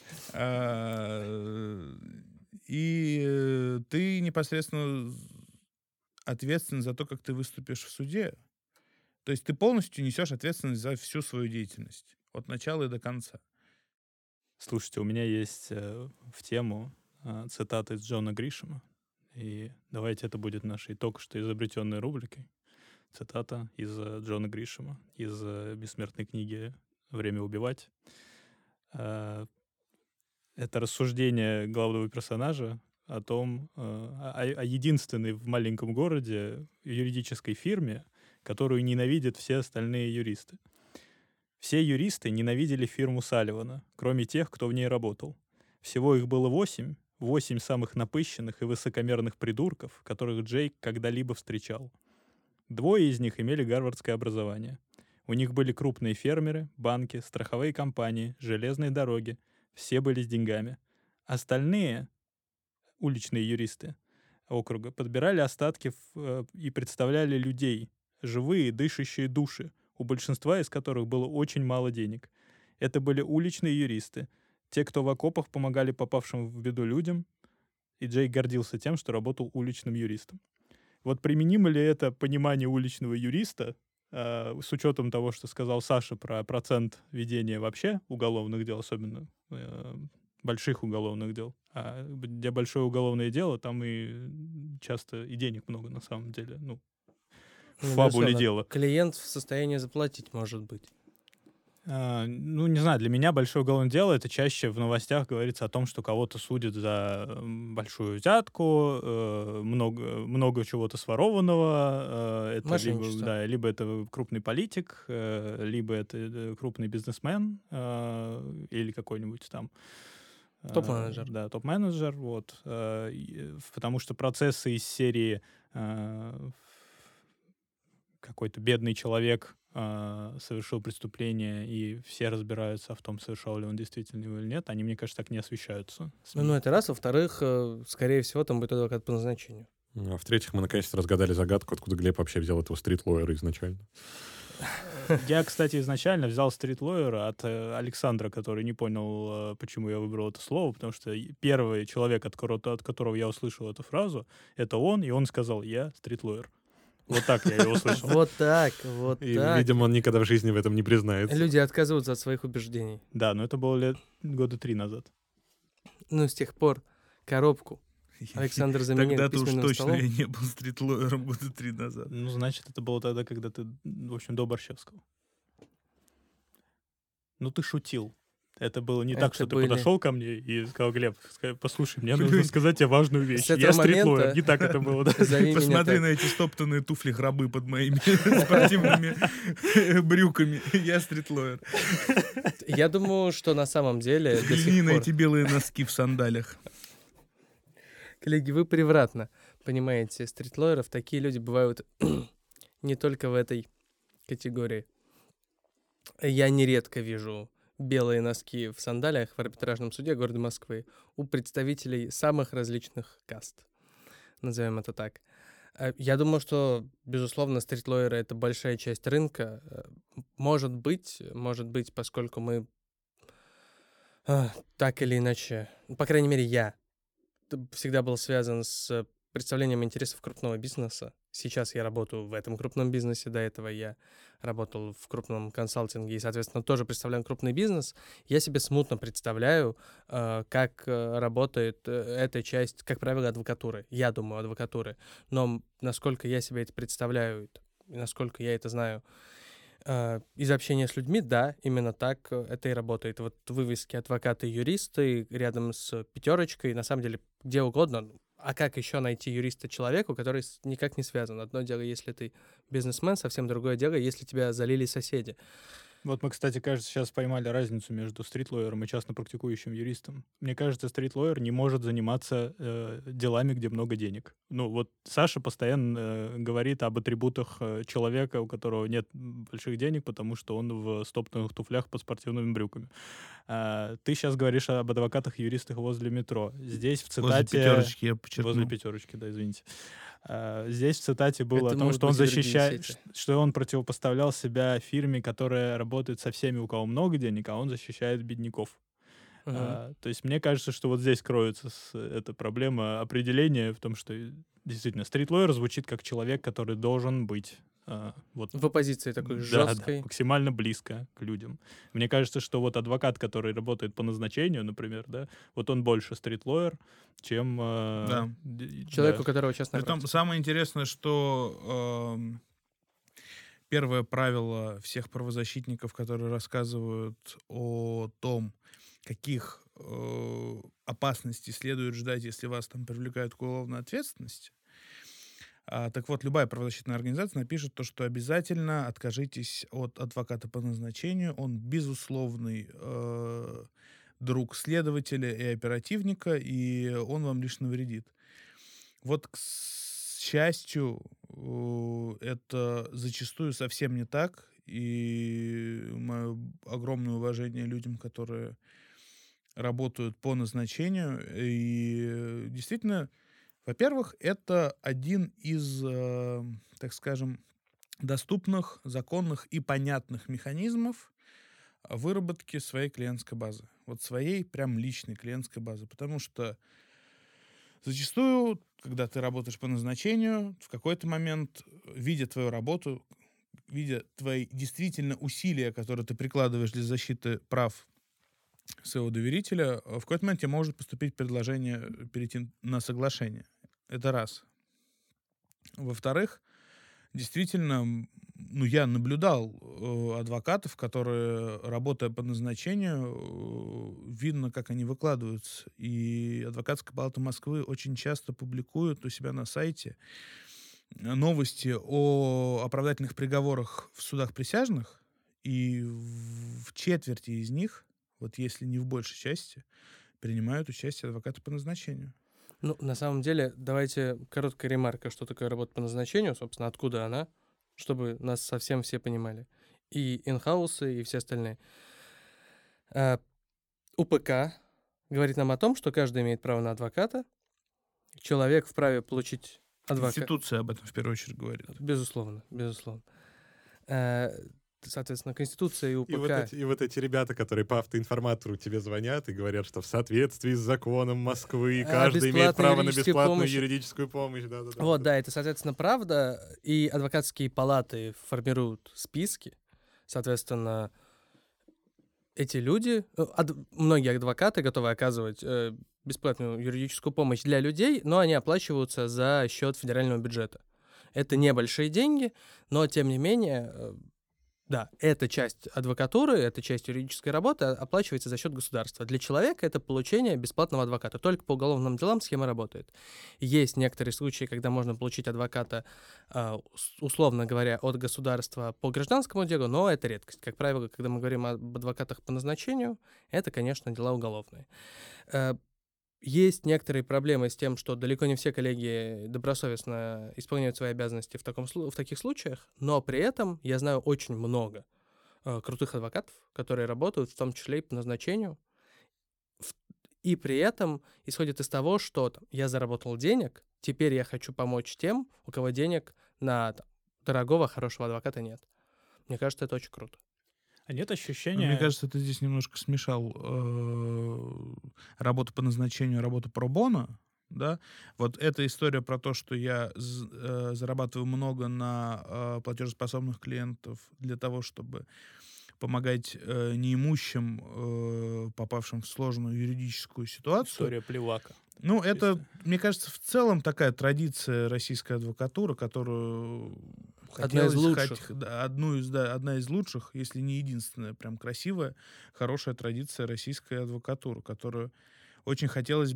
[SPEAKER 4] А, И э, ты непосредственно ответственен за то, как ты выступишь в суде. То есть ты полностью несешь ответственность за всю свою деятельность. От начала и до конца.
[SPEAKER 1] Слушайте, у меня есть э, в тему э, цитата из Джона Гришема. И давайте это будет нашей только что изобретенной рубрикой. Цитата из э, Джона Гришема, из э, бессмертной книги «Время убивать». Э, это рассуждение главного персонажа о том, э, о, о единственной в маленьком городе юридической фирме, которую ненавидят все остальные юристы. Все юристы ненавидели фирму Салливана, кроме тех, кто в ней работал. Всего их было восемь, восемь самых напыщенных и высокомерных придурков, которых Джейк когда-либо встречал. Двое из них имели гарвардское образование. У них были крупные фермеры, банки, страховые компании, железные дороги. Все были с деньгами. Остальные, уличные юристы округа, подбирали остатки э, и представляли людей, живые, дышащие души, у большинства из которых было очень мало денег. Это были уличные юристы, те, кто в окопах помогали попавшим в беду людям, и Джейк гордился тем, что работал уличным юристом. Вот применимо ли это понимание уличного юриста, э, с учетом того, что сказал Саша про процент ведения вообще уголовных дел, особенно э, больших уголовных дел. А где большое уголовное дело, там и часто и денег много на самом деле. Ну, в
[SPEAKER 2] Ну,
[SPEAKER 1] фабуле
[SPEAKER 2] безусловно,
[SPEAKER 1] дела.
[SPEAKER 2] Клиент в состоянии заплатить, может быть.
[SPEAKER 1] А, ну, не знаю, для меня большое уголовное дело — это чаще в новостях говорится о том, что кого-то судят за м, большую взятку, э, много, много чего-то сворованного. э, это либо,
[SPEAKER 2] Мошенничество.
[SPEAKER 1] да, либо это крупный политик, э, либо это э, крупный бизнесмен э, или какой-нибудь там э,
[SPEAKER 2] Топ-менеджер.
[SPEAKER 1] да, топ-менеджер. Вот, э, и, э, потому что процессы из серии э, какой-то бедный человек э, совершил преступление, и все разбираются в том, совершал ли он действительно его или нет, они, мне кажется, так не освещаются.
[SPEAKER 2] Ну, ну, это раз. Во-вторых, э, скорее всего, там будет адвокат по назначению.
[SPEAKER 3] А в-третьих, мы наконец-то разгадали загадку, откуда Глеб вообще взял этого стрит-лоера изначально.
[SPEAKER 1] Я, кстати, изначально взял стрит-лоера от э, Александра, который не понял, э, почему я выбрал это слово, потому что и- первый человек, от которого, от которого я услышал эту фразу, это он, и он сказал: «Я стрит-лоер». Вот так я его услышал.
[SPEAKER 2] Вот так, вот
[SPEAKER 3] И,
[SPEAKER 2] так.
[SPEAKER 3] видимо, он никогда в жизни в этом не признается.
[SPEAKER 2] Люди отказываются от своих убеждений.
[SPEAKER 1] Да, но это было лет года три назад.
[SPEAKER 2] Ну, с тех пор коробку Александр заменил
[SPEAKER 4] Тогда-то уж
[SPEAKER 2] письменным
[SPEAKER 4] точно
[SPEAKER 2] столом.
[SPEAKER 4] я не был стрит-лоером года три назад.
[SPEAKER 1] Ну, значит, это было тогда, когда ты, в общем, до Борщевского. Ну, ты шутил. Это было не так,
[SPEAKER 2] Это
[SPEAKER 1] что ты
[SPEAKER 2] были-
[SPEAKER 1] подошел ко мне и сказал: «Глеб, ска- послушай, мне нужно сказать тебе важную вещь.
[SPEAKER 2] С этого
[SPEAKER 1] Я стрит-лоер».
[SPEAKER 2] момента-
[SPEAKER 1] Не так это было, да?
[SPEAKER 2] Зови меня
[SPEAKER 4] Посмотри
[SPEAKER 2] так.
[SPEAKER 4] на эти стоптанные туфли-гробы под моими спортивными брюками. Я стрит-лоер.
[SPEAKER 2] Я думаю, что на самом деле до
[SPEAKER 4] Взгляни
[SPEAKER 2] сих
[SPEAKER 4] на
[SPEAKER 2] пор,
[SPEAKER 4] эти белые носки в сандалях.
[SPEAKER 2] коллеги, вы превратно понимаете стритлоеров. Такие люди бывают не только в этой категории. Я нередко вижу белые носки в сандалиях в арбитражном суде города Москвы у представителей самых различных каст. Назовем это так. Э, Я думаю, что, безусловно, стритлоеры — это большая часть рынка. Э, Может быть, может быть, поскольку мы а, так или иначе, ну, по крайней мере, я т- всегда был связан с представлением интересов крупного бизнеса. Сейчас я работаю в этом крупном бизнесе, до этого я работал в крупном консалтинге и, соответственно, тоже представляю крупный бизнес. Я себе смутно представляю, э, как э, работает э, эта часть, как правило, адвокатуры. Я думаю, адвокатуры. Но м, насколько я себе это представляю, и насколько я это знаю э, из общения с людьми, да, именно так э, это и работает. Вот вывески адвокаты, юристы рядом с пятерочкой, на самом деле, где угодно. А как еще найти юриста человеку, который с- никак не связан? Одно дело, если ты бизнесмен, совсем другое дело, если тебя залили соседи.
[SPEAKER 1] Вот мы, кстати, кажется, сейчас поймали разницу между стритлоером и частно практикующим юристом. Мне кажется, стритлоер не может заниматься э, делами, где много денег. Ну, вот Саша постоянно э, говорит об атрибутах э, человека, у которого нет больших денег, потому что он в стоптанных туфлях под спортивными брюками. А, ты сейчас говоришь об адвокатах и юристах возле метро. Здесь в
[SPEAKER 4] Возле
[SPEAKER 1] цитате...
[SPEAKER 4] пятерочки, я подчеркну.
[SPEAKER 1] Возле пятерочки, да, извините. А, здесь в цитате было
[SPEAKER 2] Это
[SPEAKER 1] о том,
[SPEAKER 2] могут
[SPEAKER 1] что он
[SPEAKER 2] быть и другие
[SPEAKER 1] защищает,
[SPEAKER 2] сети.
[SPEAKER 1] что он противопоставлял себя фирме, которая работает со всеми, у кого много денег, а он защищает бедняков.
[SPEAKER 2] Мгм.
[SPEAKER 1] А, то есть мне кажется, что вот здесь кроется с- эта проблема определения в том, что э, действительно стритлойер звучит как человек, который должен быть а, вот
[SPEAKER 2] В оппозиции такой
[SPEAKER 1] да,
[SPEAKER 2] жесткой.
[SPEAKER 1] да, максимально близко к людям. Мне кажется, что вот адвокат, который работает по назначению, например, да, вот он больше стритлойер, чем э,
[SPEAKER 4] Да.
[SPEAKER 1] д-
[SPEAKER 2] Человек,
[SPEAKER 1] да.
[SPEAKER 2] у которого частная
[SPEAKER 4] Притом
[SPEAKER 2] практика.
[SPEAKER 4] самое интересное, что эм, первое правило всех правозащитников, которые рассказывают о том, каких э, опасностей следует ждать, если вас там привлекают к уголовной ответственности. А, так вот, любая правозащитная организация напишет то, что обязательно откажитесь от адвоката по назначению. Он безусловный э, друг следователя и оперативника, и он вам лишь навредит. Вот, к с- счастью, э, это зачастую совсем не так, и мое огромное уважение людям, которые работают по назначению. И э, действительно, во-первых, это один из, э, так скажем, доступных, законных и понятных механизмов а, выработки своей клиентской базы. Вот своей прям личной клиентской базы. Потому что зачастую, когда ты работаешь по назначению, в какой-то момент, э, видя твою работу, видя твои действительно усилия, которые ты прикладываешь для защиты прав своего доверителя, э, в какой-то момент тебе может поступить предложение э, перейти на соглашение. Это раз. Во-вторых, действительно, м, ну, я наблюдал э, адвокатов, которые, работая по назначению, э, видно, как они выкладываются. И Адвокатская палата Москвы очень часто публикует у себя на сайте э, новости о оправдательных приговорах в судах присяжных, и в в четверти из них, вот если не в большей части, принимают участие адвокаты по назначению.
[SPEAKER 2] Ну, на самом деле, давайте короткая ремарка, что такое работа по назначению, собственно, откуда она, чтобы нас совсем все понимали. И инхаусы, и все остальные. А, УПК говорит нам о том, что каждый имеет право на адвоката. Человек вправе получить адвоката.
[SPEAKER 4] Конституция об этом в первую очередь говорит.
[SPEAKER 2] Безусловно, безусловно. А, Соответственно, Конституция и
[SPEAKER 3] И
[SPEAKER 2] УПК.
[SPEAKER 3] вот, эти, и вот эти ребята, которые по автоинформатору тебе звонят и говорят, что в соответствии с законом Москвы
[SPEAKER 2] А,
[SPEAKER 3] каждый имеет
[SPEAKER 2] бесплатная
[SPEAKER 3] право на
[SPEAKER 2] юридическая
[SPEAKER 3] бесплатную
[SPEAKER 2] помощь.
[SPEAKER 3] юридическую помощь. Да-да-да.
[SPEAKER 2] Вот, да, это, соответственно, правда. И адвокатские палаты формируют списки. Соответственно, эти люди, э, ад- многие адвокаты готовы оказывать э, бесплатную юридическую помощь для людей, но они оплачиваются за счет федерального бюджета. Это небольшие деньги, но тем не менее, э, да, эта часть адвокатуры, эта часть юридической работы о- оплачивается за счет государства. Для человека это получение бесплатного адвоката. Только по уголовным делам схема работает. Есть некоторые случаи, когда можно получить адвоката, а, ус- условно говоря, от государства по гражданскому делу, но это редкость. Как правило, когда мы говорим об адвокатах по назначению, это, конечно, дела уголовные. Э, Есть некоторые проблемы с тем, что далеко не все коллеги добросовестно исполняют свои обязанности в, таком, слу- в таких случаях, но при этом я знаю очень много э, крутых адвокатов, которые работают, в том числе и по назначению, в- и при этом исходит из того, что там, я заработал денег, теперь я хочу помочь тем, у кого денег на там, дорогого, хорошего адвоката нет. Мне кажется, это очень круто.
[SPEAKER 1] А нет
[SPEAKER 4] Но
[SPEAKER 1] ощущения...
[SPEAKER 4] мне кажется, ты здесь немножко смешал э, работу по назначению, работу пробона, да? Вот эта история про то, что я з- э, зарабатываю много на э, платежеспособных клиентов для того, чтобы помогать э, неимущим, э, попавшим в сложную юридическую ситуацию.
[SPEAKER 1] История плевака.
[SPEAKER 4] Ну, это,
[SPEAKER 1] Чисто.
[SPEAKER 4] мне кажется, в целом такая традиция российской адвокатуры, которую
[SPEAKER 2] Одна из
[SPEAKER 4] хотелось
[SPEAKER 2] лучших.
[SPEAKER 4] хот- да, одну из, да, одна из лучших, если не единственная, прям красивая, хорошая традиция российской адвокатуры, которую очень хотелось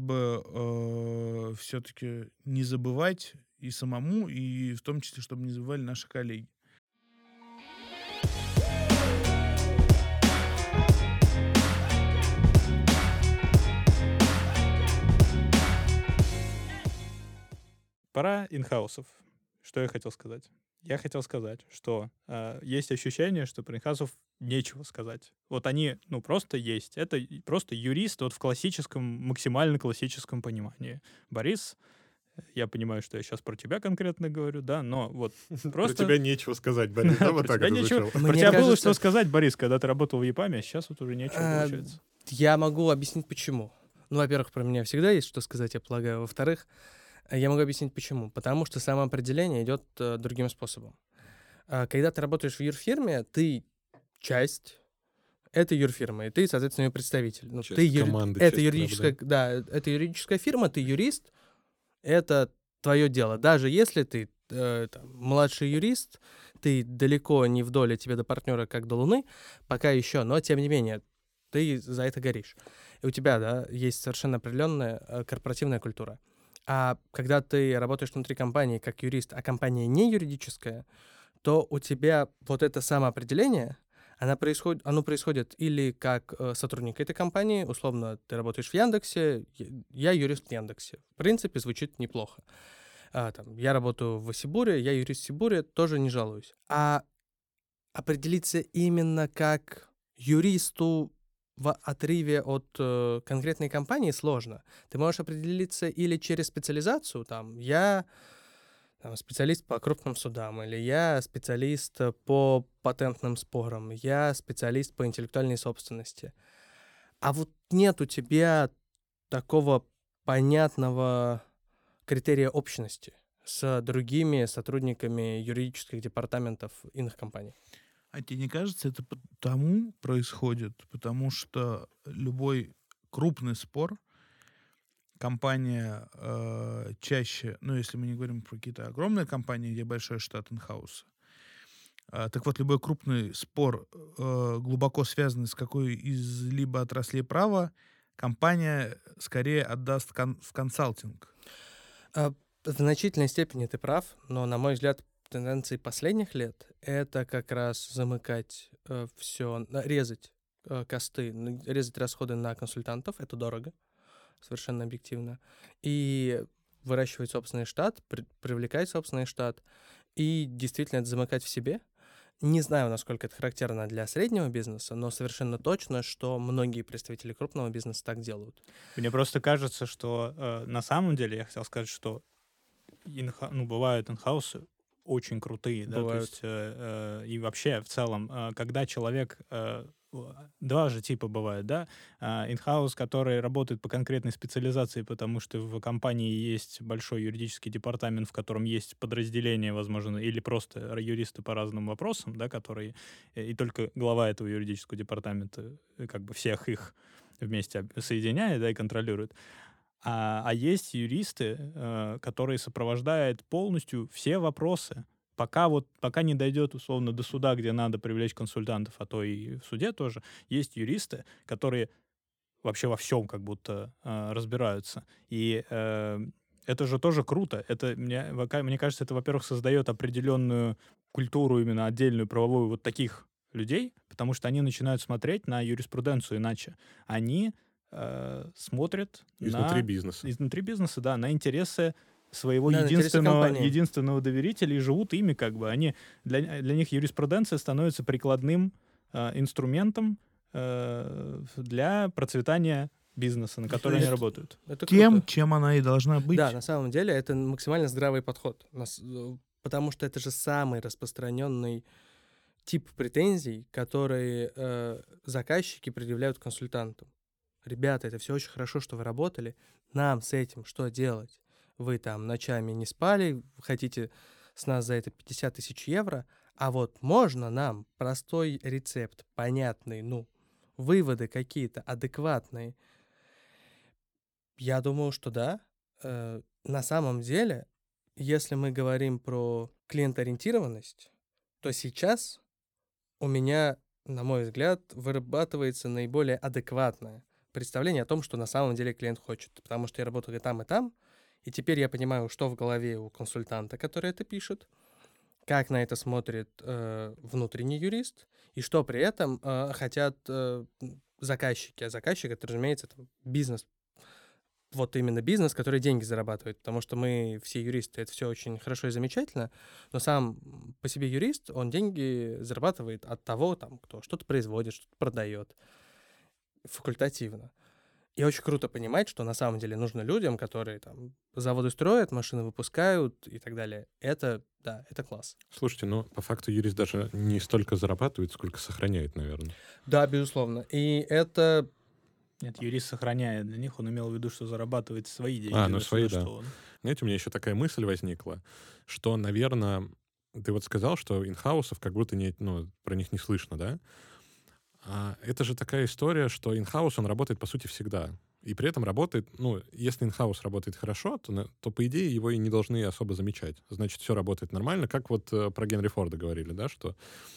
[SPEAKER 4] бы все-таки не забывать и самому, и в том числе, чтобы не забывали наши коллеги.
[SPEAKER 1] Про инхаусов. Что я хотел сказать? Я хотел сказать, что э, есть ощущение, что про инхаусов нечего сказать. Вот они, ну, просто есть. Это и- просто юрист вот в классическом, максимально классическом понимании. Борис, я понимаю, что я сейчас про тебя конкретно говорю, да, но вот
[SPEAKER 3] Про
[SPEAKER 1] просто...
[SPEAKER 3] тебя нечего сказать, Борис, да, вот
[SPEAKER 1] Про
[SPEAKER 3] так
[SPEAKER 1] тебя
[SPEAKER 3] это
[SPEAKER 1] нечего-
[SPEAKER 3] звучало.
[SPEAKER 1] Про
[SPEAKER 2] Мне
[SPEAKER 1] тебя было
[SPEAKER 2] кажется-
[SPEAKER 1] что сказать, Борис, когда ты работал в ЕПАМе, а сейчас вот уже нечего
[SPEAKER 2] А,
[SPEAKER 1] получается.
[SPEAKER 2] Я могу объяснить, почему. Ну, во-первых, про меня всегда есть что сказать, я полагаю. Во-вторых, э, я могу объяснить, почему. Потому что самоопределение идет э, другим способом. А, Когда ты работаешь в юрфирме, ты часть этой юрфирмы, и ты, соответственно, ее представитель. Ну,
[SPEAKER 3] Часть
[SPEAKER 2] ты юри-
[SPEAKER 3] команды,
[SPEAKER 2] это
[SPEAKER 3] часть
[SPEAKER 2] юридическая, да, это юридическая фирма, ты юрист, это твое дело. Даже если ты э, там, младший юрист, ты далеко не в доле тебе до партнера, как до Луны, пока еще, но тем не менее, ты за это горишь. И у тебя, да, есть совершенно определенная э, корпоративная культура. А когда ты работаешь внутри компании как юрист, а компания не юридическая, то у тебя вот это самоопределение, она происходит, оно происходит или как э, сотрудник этой компании, условно, ты работаешь в Яндексе, я я юрист в Яндексе. В принципе, звучит неплохо. А, там, я работаю в Сибуре, я юрист в Сибуре, тоже не жалуюсь. А определиться именно как юристу в отрыве от э, конкретной компании сложно. Ты можешь определиться или через специализацию, там, я там, специалист по крупным судам, или я специалист э, по патентным спорам, я специалист по интеллектуальной собственности. А вот нет у тебя такого понятного критерия общности с другими сотрудниками юридических департаментов иных компаний.
[SPEAKER 4] А тебе не кажется, это потому происходит? Потому что любой крупный спор компания э, чаще, ну, если мы не говорим про какие-то огромные компании, где большой штат инхауса, а, так вот, любой крупный спор, э, глубоко связанный с какой из либо отраслей права, компания скорее отдаст кон- в консалтинг.
[SPEAKER 2] А, В значительной степени ты прав, но, на мой взгляд, тенденции последних лет — это как раз замыкать все, резать э, косты, н- резать расходы на консультантов, это дорого, совершенно объективно, и выращивать собственный штат, при- привлекать собственный штат, и действительно это замыкать в себе. Не знаю, насколько это характерно для среднего бизнеса, но совершенно точно, что многие представители крупного бизнеса так делают.
[SPEAKER 1] Мне просто кажется, что э, на самом деле я хотел сказать, что инха- ну, бывают инхаусы очень крутые, да, то
[SPEAKER 2] Бывают.
[SPEAKER 1] есть э, э, и вообще в целом, э, когда человек, э, в- два же типа бывает, да, А, инхаус, который работает по конкретной специализации, потому что в компании есть большой юридический департамент, в котором есть подразделение, возможно, или просто р- юристы по разным вопросам, да, которые, э, и только глава этого юридического департамента э, как бы всех их вместе об- соединяет, да, и контролирует. А, а есть юристы, э, которые сопровождают полностью все вопросы. Пока вот пока не дойдет условно до суда, где надо привлечь консультантов, а то и в суде тоже, есть юристы, которые вообще во всем как будто э, разбираются. И э, это же тоже круто. Это, мне, вока- мне кажется, это, во-первых, создает определенную культуру именно отдельную правовую вот таких людей, потому что они начинают смотреть на юриспруденцию иначе. Они э, смотрят
[SPEAKER 3] Изнутри
[SPEAKER 1] на
[SPEAKER 3] бизнеса.
[SPEAKER 1] изнутри бизнеса, да, на интересы своего
[SPEAKER 2] Да, на интересы
[SPEAKER 1] единственного,
[SPEAKER 2] компании.
[SPEAKER 1] единственного доверителя и живут ими как бы. Они, для, для них юриспруденция становится прикладным э, инструментом э, для процветания бизнеса, на который они
[SPEAKER 2] Это-
[SPEAKER 1] работают.
[SPEAKER 2] Это
[SPEAKER 4] Тем,
[SPEAKER 2] круто.
[SPEAKER 4] чем она и должна быть.
[SPEAKER 2] Да, на самом деле это максимально здравый подход. Нас- э, Потому что это же самый распространенный тип претензий, которые э, заказчики предъявляют консультантам. Ребята, это все очень хорошо, что вы работали. Нам с этим что делать? Вы там ночами не спали, хотите с нас за это пятьдесят тысяч евро, а вот можно нам простой рецепт, понятный, ну, выводы какие-то адекватные. Я думаю, что да. Э, На самом деле, если мы говорим про клиентоориентированность, то сейчас у меня, на мой взгляд, вырабатывается наиболее адекватное представление о том, что на самом деле клиент хочет. Потому что я работаю и там, и там, и теперь я понимаю, что в голове у консультанта, который это пишет, как на это смотрит э, внутренний юрист, и что при этом э, хотят э, заказчики. А заказчик — это, разумеется, там, бизнес, вот именно бизнес, который деньги зарабатывает, потому что мы все юристы, это все очень хорошо и замечательно, но сам по себе юрист, он деньги зарабатывает от того, там, кто что-то производит, что-то продает, факультативно. И очень круто понимать, что на самом деле нужно людям, которые там заводы строят, машины выпускают и так далее. Это, да, это класс.
[SPEAKER 3] Слушайте, ну, по факту юрист даже не столько зарабатывает, сколько сохраняет, наверное.
[SPEAKER 2] Да, безусловно. И это...
[SPEAKER 1] Нет, юрист сохраняет для них, он имел в виду, что зарабатывает свои деньги.
[SPEAKER 3] А, ну
[SPEAKER 1] за
[SPEAKER 3] свои,
[SPEAKER 1] то,
[SPEAKER 3] да.
[SPEAKER 1] что он-
[SPEAKER 3] Знаете, у меня еще такая мысль возникла, что, наверное, ты вот сказал, что инхаусов как будто не, ну, про них не слышно, да? А это же такая история, что инхаус, он работает, по сути, всегда. И при этом работает, ну, если инхаус работает хорошо, то, на- то по идее, его и не должны особо замечать. Значит, все работает нормально, как вот э, про Генри Форда говорили, да, что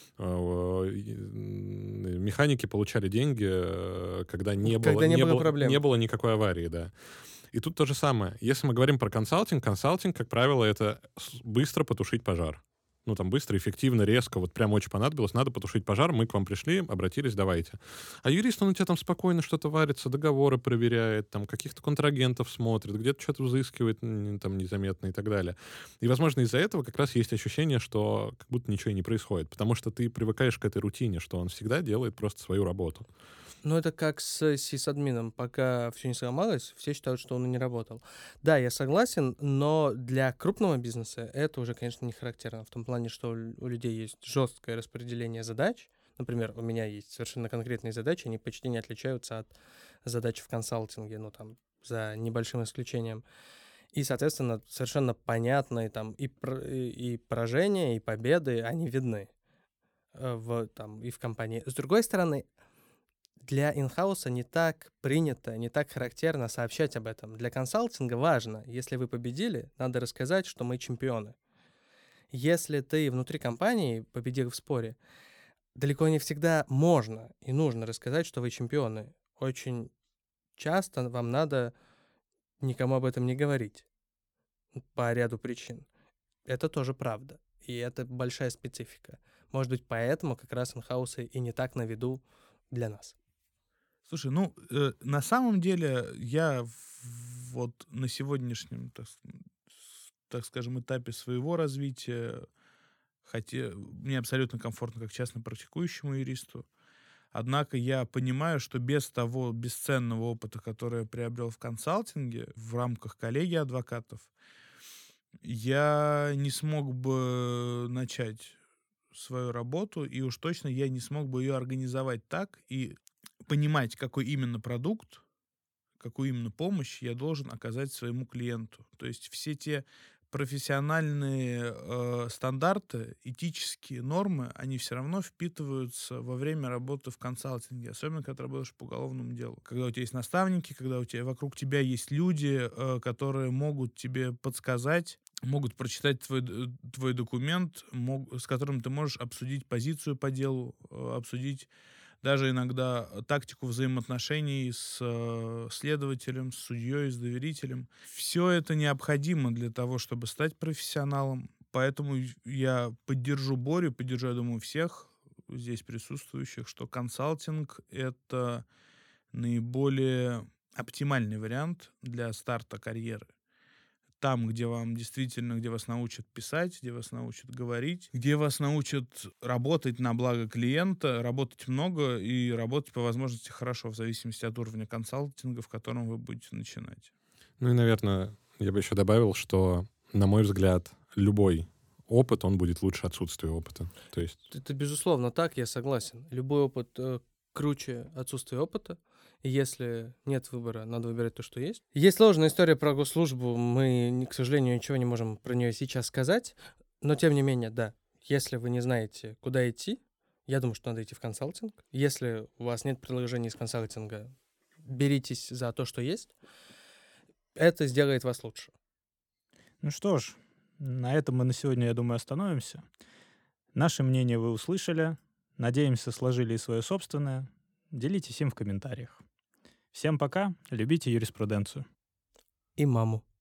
[SPEAKER 3] э, и, м, механики получали деньги, э, когда не
[SPEAKER 2] Когда
[SPEAKER 3] было,
[SPEAKER 2] не было
[SPEAKER 3] было,
[SPEAKER 2] проблем.
[SPEAKER 3] не было никакой аварии, да. И тут то же самое. Если мы говорим про консалтинг, консалтинг, как правило, это с- быстро потушить пожар. Ну, там быстро, эффективно, резко, вот прям очень понадобилось, надо потушить пожар, мы к вам пришли, обратились, давайте. А юрист, он у тебя там спокойно что-то варится, договоры проверяет, там каких-то контрагентов смотрит, где-то что-то взыскивает м, там незаметно и так далее. И, возможно, из-за этого как раз есть ощущение, что как будто ничего и не происходит, потому что ты привыкаешь к этой рутине, что он всегда делает просто свою работу.
[SPEAKER 2] Ну, это как с сисадмином. Пока все не сломалось, все считают, что он и не работал. Да, я согласен, но для крупного бизнеса это уже, конечно, не характерно. В том плане, что у у людей есть жесткое распределение задач. Например, у меня есть совершенно конкретные задачи, они почти не отличаются от задач в консалтинге, ну, там, за небольшим исключением. И, соответственно, совершенно понятные там и, пр- и и поражения, и победы, они видны э, в, там, и в компании. С другой стороны, для инхауса не так принято, не так характерно сообщать об этом. Для консалтинга важно, если вы победили, надо рассказать, что мы чемпионы. Если ты внутри компании победил в споре, далеко не всегда можно и нужно рассказать, что вы чемпионы. Очень часто вам надо никому об этом не говорить по ряду причин. Это тоже правда. И это большая специфика. Может быть, поэтому как раз инхаусы и не так на виду для нас.
[SPEAKER 4] Слушай, ну, э, на самом деле я в- вот на сегодняшнем, так, с- с- так скажем, этапе своего развития, хотя мне абсолютно комфортно как частно практикующему юристу, однако я понимаю, что без того бесценного опыта, который я приобрел в консалтинге, в рамках коллегии адвокатов, я не смог бы начать свою работу, и уж точно я не смог бы ее организовать так и понимать, какой именно продукт, какую именно помощь я должен оказать своему клиенту. То есть все те профессиональные э, стандарты, этические нормы, они все равно впитываются во время работы в консалтинге, особенно когда ты работаешь по уголовному делу. Когда у тебя есть наставники, когда у тебя вокруг тебя есть люди, э, которые могут тебе подсказать, могут прочитать твой, д- твой документ, мог- с которым ты можешь обсудить позицию по делу, э, обсудить даже иногда э, тактику взаимоотношений с э, следователем, с судьей, с доверителем. Все это необходимо для того, чтобы стать профессионалом. Поэтому й- я поддержу Борю, поддержу, я думаю, всех здесь присутствующих, что консалтинг — это наиболее оптимальный вариант для старта карьеры. Там, где вам действительно, где вас научат писать, где вас научат говорить, где вас научат работать на благо клиента, работать много и работать по возможности хорошо, в зависимости от уровня консалтинга, в котором вы будете начинать.
[SPEAKER 3] Ну и, наверное, я бы еще добавил, что, на мой взгляд, любой опыт, он будет лучше отсутствия опыта. То есть,
[SPEAKER 2] Это безусловно так, я согласен. Любой опыт э, круче отсутствия опыта. И если нет выбора, надо выбирать то, что есть. Есть сложная история про госслужбу. Мы, не- к сожалению, ничего не можем про нее сейчас сказать. Но тем не менее, да. Если вы не знаете, куда идти, я думаю, что надо идти в консалтинг. Если у вас нет предложений из консалтинга, беритесь за то, что есть. Это сделает вас лучше.
[SPEAKER 1] Ну что ж, на этом мы на сегодня, я думаю, остановимся. Наше мнение вы услышали. Надеемся, сложили и свое собственное. Делитесь им в комментариях. Всем пока. Любите юриспруденцию.
[SPEAKER 2] И маму.